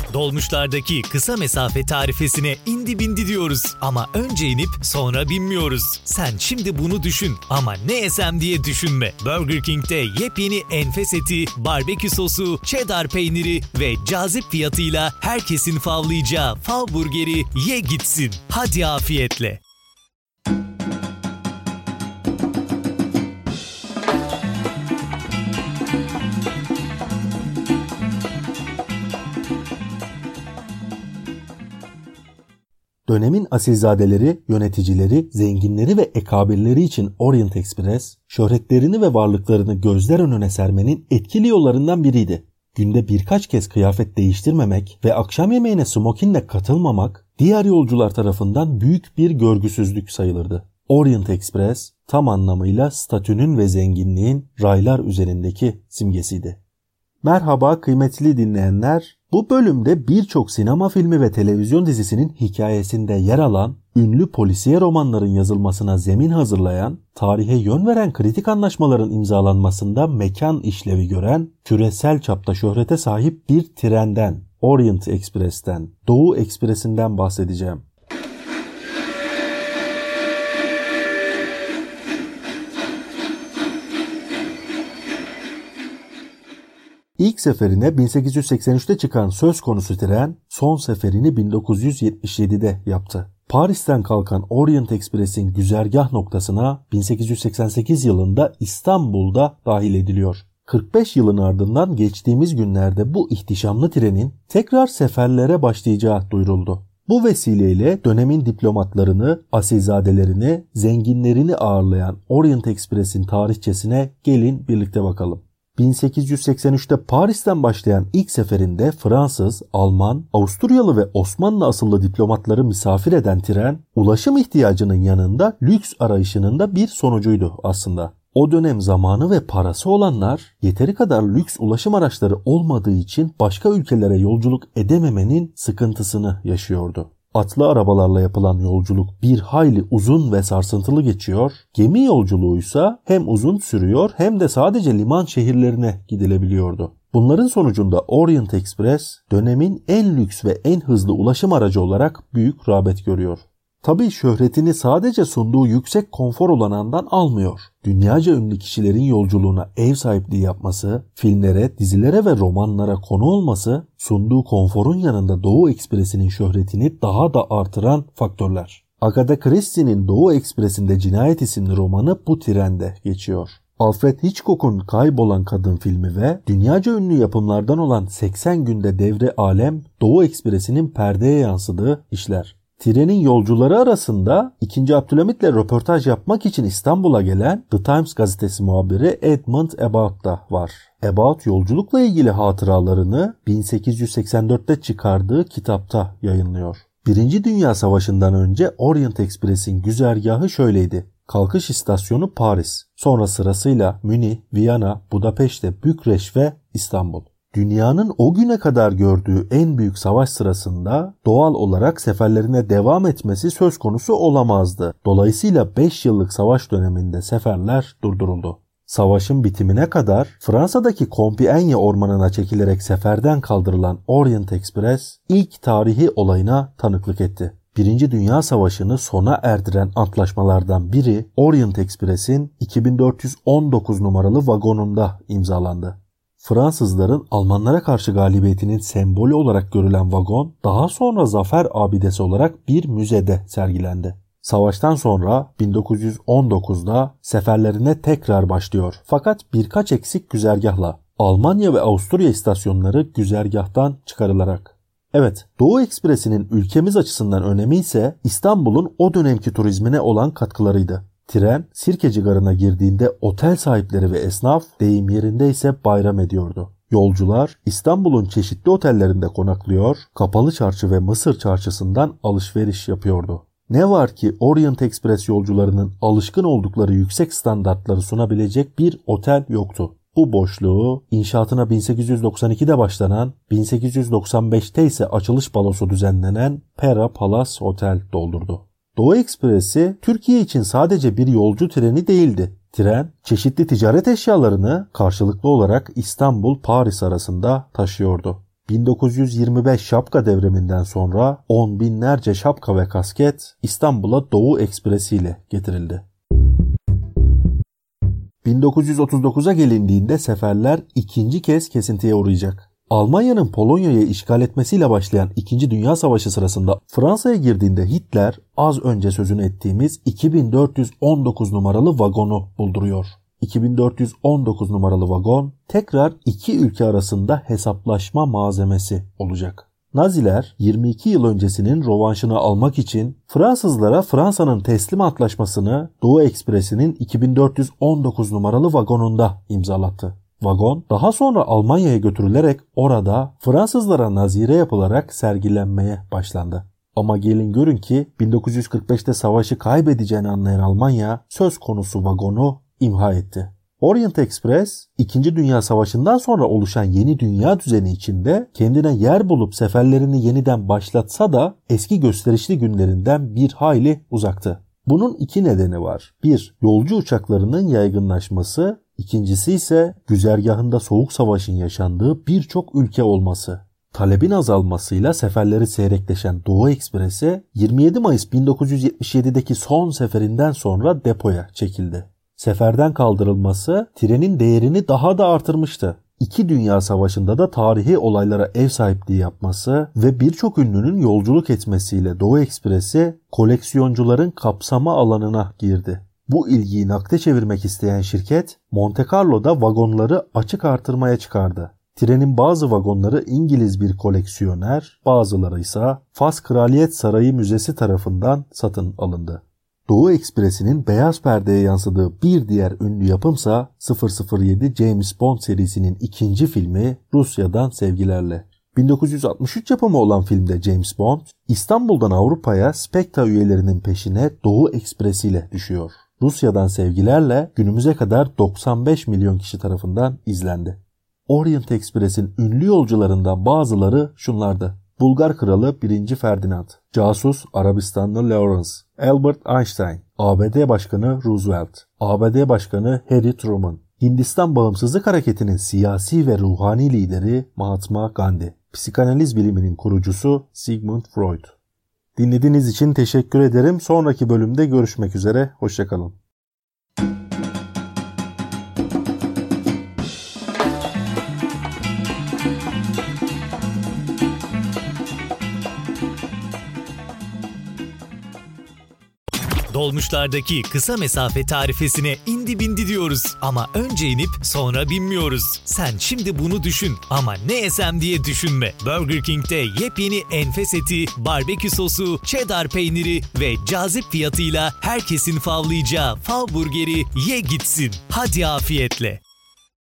Dolmuşlardaki kısa mesafe tarifesine indi bindi diyoruz. Ama önce inip sonra binmiyoruz. Sen şimdi bunu düşün ama ne yesem diye düşünme. Burger King'de yepyeni enfes eti, barbekü sosu, cheddar peyniri ve cazip fiyatıyla herkesin favlayacağı Fav Burger'i ye gitsin. Hadi afiyetle. Dönemin asilzadeleri, yöneticileri, zenginleri ve ekabirleri için Orient Express, şöhretlerini ve varlıklarını gözler önüne sermenin etkili yollarından biriydi. Günde birkaç kez kıyafet değiştirmemek ve akşam yemeğine smokinle katılmamak, diğer yolcular tarafından büyük bir görgüsüzlük sayılırdı. Orient Express, tam anlamıyla statünün ve zenginliğin raylar üzerindeki simgesiydi. Merhaba kıymetli dinleyenler. Bu bölümde birçok sinema filmi ve televizyon dizisinin hikayesinde yer alan, ünlü polisiye romanların yazılmasına zemin hazırlayan, tarihe yön veren kritik anlaşmaların imzalanmasında mekan işlevi gören, küresel çapta şöhrete sahip bir trenden, Orient Express'ten, Doğu Ekspresi'nden bahsedeceğim. İlk seferine 1883'te çıkan söz konusu tren son seferini 1977'de yaptı. Paris'ten kalkan Orient Express'in güzergah noktasına 1888 yılında İstanbul'da dahil ediliyor. 45 yılın ardından geçtiğimiz günlerde bu ihtişamlı trenin tekrar seferlere başlayacağı duyuruldu. Bu vesileyle dönemin diplomatlarını, asilzadelerini, zenginlerini ağırlayan Orient Express'in tarihçesine gelin birlikte bakalım. 1883'te Paris'ten başlayan ilk seferinde Fransız, Alman, Avusturyalı ve Osmanlı asıllı diplomatları misafir eden tren, ulaşım ihtiyacının yanında lüks arayışının da bir sonucuydu aslında. O dönem zamanı ve parası olanlar yeteri kadar lüks ulaşım araçları olmadığı için başka ülkelere yolculuk edememenin sıkıntısını yaşıyordu. Atlı arabalarla yapılan yolculuk bir hayli uzun ve sarsıntılı geçiyor. Gemi yolculuğuysa hem uzun sürüyor hem de sadece liman şehirlerine gidilebiliyordu. Bunların sonucunda Orient Express dönemin en lüks ve en hızlı ulaşım aracı olarak büyük rağbet görüyor. Tabii şöhretini sadece sunduğu yüksek konfor olanağından almıyor. Dünyaca ünlü kişilerin yolculuğuna ev sahipliği yapması, filmlere, dizilere ve romanlara konu olması, sunduğu konforun yanında Doğu Ekspresi'nin şöhretini daha da artıran faktörler. Agatha Christie'nin Doğu Ekspresi'nde Cinayet isimli romanı bu trende geçiyor. Alfred Hitchcock'un Kaybolan Kadın filmi ve dünyaca ünlü yapımlardan olan 80 Günde Devre Alem, Doğu Ekspresi'nin perdeye yansıdığı işler. Trenin yolcuları arasında 2. Abdülhamit'le röportaj yapmak için İstanbul'a gelen The Times gazetesi muhabiri Edmund About da var. About yolculukla ilgili hatıralarını 1884'te çıkardığı kitapta yayınlıyor. Birinci Dünya Savaşı'ndan önce Orient Express'in güzergahı şöyleydi. Kalkış istasyonu Paris, sonra sırasıyla Münih, Viyana, Budapeşte, Bükreş ve İstanbul. Dünyanın o güne kadar gördüğü en büyük savaş sırasında doğal olarak seferlerine devam etmesi söz konusu olamazdı. Dolayısıyla 5 yıllık savaş döneminde seferler durduruldu. Savaşın bitimine kadar Fransa'daki Compiègne ormanına çekilerek seferden kaldırılan Orient Express ilk tarihi olayına tanıklık etti. Birinci Dünya Savaşı'nı sona erdiren antlaşmalardan biri Orient Express'in 2419 numaralı vagonunda imzalandı. Fransızların Almanlara karşı galibiyetinin sembolü olarak görülen vagon daha sonra zafer abidesi olarak bir müzede sergilendi. Savaştan sonra 1919'da seferlerine tekrar başlıyor. Fakat birkaç eksik güzergahla Almanya ve Avusturya istasyonları güzergahtan çıkarılarak. Evet, Doğu Ekspresi'nin ülkemiz açısından önemi ise İstanbul'un o dönemki turizmine olan katkılarıydı. Tren Sirkeci Garı'na girdiğinde otel sahipleri ve esnaf deyim yerinde ise bayram ediyordu. Yolcular İstanbul'un çeşitli otellerinde konaklıyor, Kapalı Çarşı ve Mısır Çarşısı'ndan alışveriş yapıyordu. Ne var ki Orient Express yolcularının alışkın oldukları yüksek standartları sunabilecek bir otel yoktu. Bu boşluğu inşaatına 1892'de başlanan, 1895'te ise açılış balosu düzenlenen Pera Palace Otel doldurdu. Doğu Ekspresi Türkiye için sadece bir yolcu treni değildi. Tren çeşitli ticaret eşyalarını karşılıklı olarak İstanbul-Paris arasında taşıyordu. 1925 şapka devriminden sonra on binlerce şapka ve kasket İstanbul'a Doğu Ekspresi ile getirildi. 1939'a gelindiğinde seferler ikinci kez kesintiye uğrayacak. Almanya'nın Polonya'yı işgal etmesiyle başlayan 2. Dünya Savaşı sırasında Fransa'ya girdiğinde Hitler az önce sözünü ettiğimiz 2419 numaralı vagonu bulduruyor. 2419 numaralı vagon tekrar iki ülke arasında hesaplaşma malzemesi olacak. Naziler 22 yıl öncesinin rövanşını almak için Fransızlara Fransa'nın teslim antlaşmasını Doğu Ekspresi'nin 2419 numaralı vagonunda imzalattı. Vagon daha sonra Almanya'ya götürülerek orada Fransızlara nazire yapılarak sergilenmeye başlandı. Ama gelin görün ki 1945'te savaşı kaybedeceğini anlayan Almanya söz konusu vagonu imha etti. Orient Express, 2. Dünya Savaşı'ndan sonra oluşan yeni dünya düzeni içinde kendine yer bulup seferlerini yeniden başlatsa da eski gösterişli günlerinden bir hayli uzaktı. Bunun iki nedeni var. Bir, yolcu uçaklarının yaygınlaşması, ikincisi ise güzergahında soğuk savaşın yaşandığı birçok ülke olması. Talebin azalmasıyla seferleri seyrekleşen Doğu Ekspresi 27 Mayıs 1977'deki son seferinden sonra depoya çekildi. Seferden kaldırılması trenin değerini daha da artırmıştı. 2 Dünya Savaşı'nda da tarihi olaylara ev sahipliği yapması ve birçok ünlünün yolculuk etmesiyle Doğu Ekspresi koleksiyoncuların kapsama alanına girdi. Bu ilgiyi nakde çevirmek isteyen şirket Monte Carlo'da vagonları açık artırmaya çıkardı. Trenin bazı vagonları İngiliz bir koleksiyoner, bazıları ise Fas Kraliyet Sarayı Müzesi tarafından satın alındı. Doğu Ekspresi'nin beyaz perdeye yansıdığı bir diğer ünlü yapımsa 007 James Bond serisinin ikinci filmi Rusya'dan Sevgilerle. 1963 yapımı olan filmde James Bond, İstanbul'dan Avrupa'ya Spekta üyelerinin peşine Doğu Ekspresi ile düşüyor. Rusya'dan Sevgilerle günümüze kadar 95 milyon kişi tarafından izlendi. Orient Express'in ünlü yolcularından bazıları şunlardı. Bulgar Kralı 1. Ferdinand, casus Arabistanlı Lawrence, Albert Einstein, ABD Başkanı Roosevelt, ABD Başkanı Harry Truman, Hindistan Bağımsızlık Hareketi'nin siyasi ve ruhani lideri Mahatma Gandhi, psikanaliz biliminin kurucusu Sigmund Freud. Dinlediğiniz için teşekkür ederim. Sonraki bölümde görüşmek üzere. Hoşça kalın. Dolmuşlardaki kısa mesafe tarifesine indi bindi diyoruz. Ama önce inip sonra binmiyoruz. Sen şimdi bunu düşün ama ne yesem diye düşünme. Burger King'de yepyeni enfes eti, barbekü sosu, cheddar peyniri ve cazip fiyatıyla herkesin favlayacağı fav burgeri ye gitsin. Hadi afiyetle.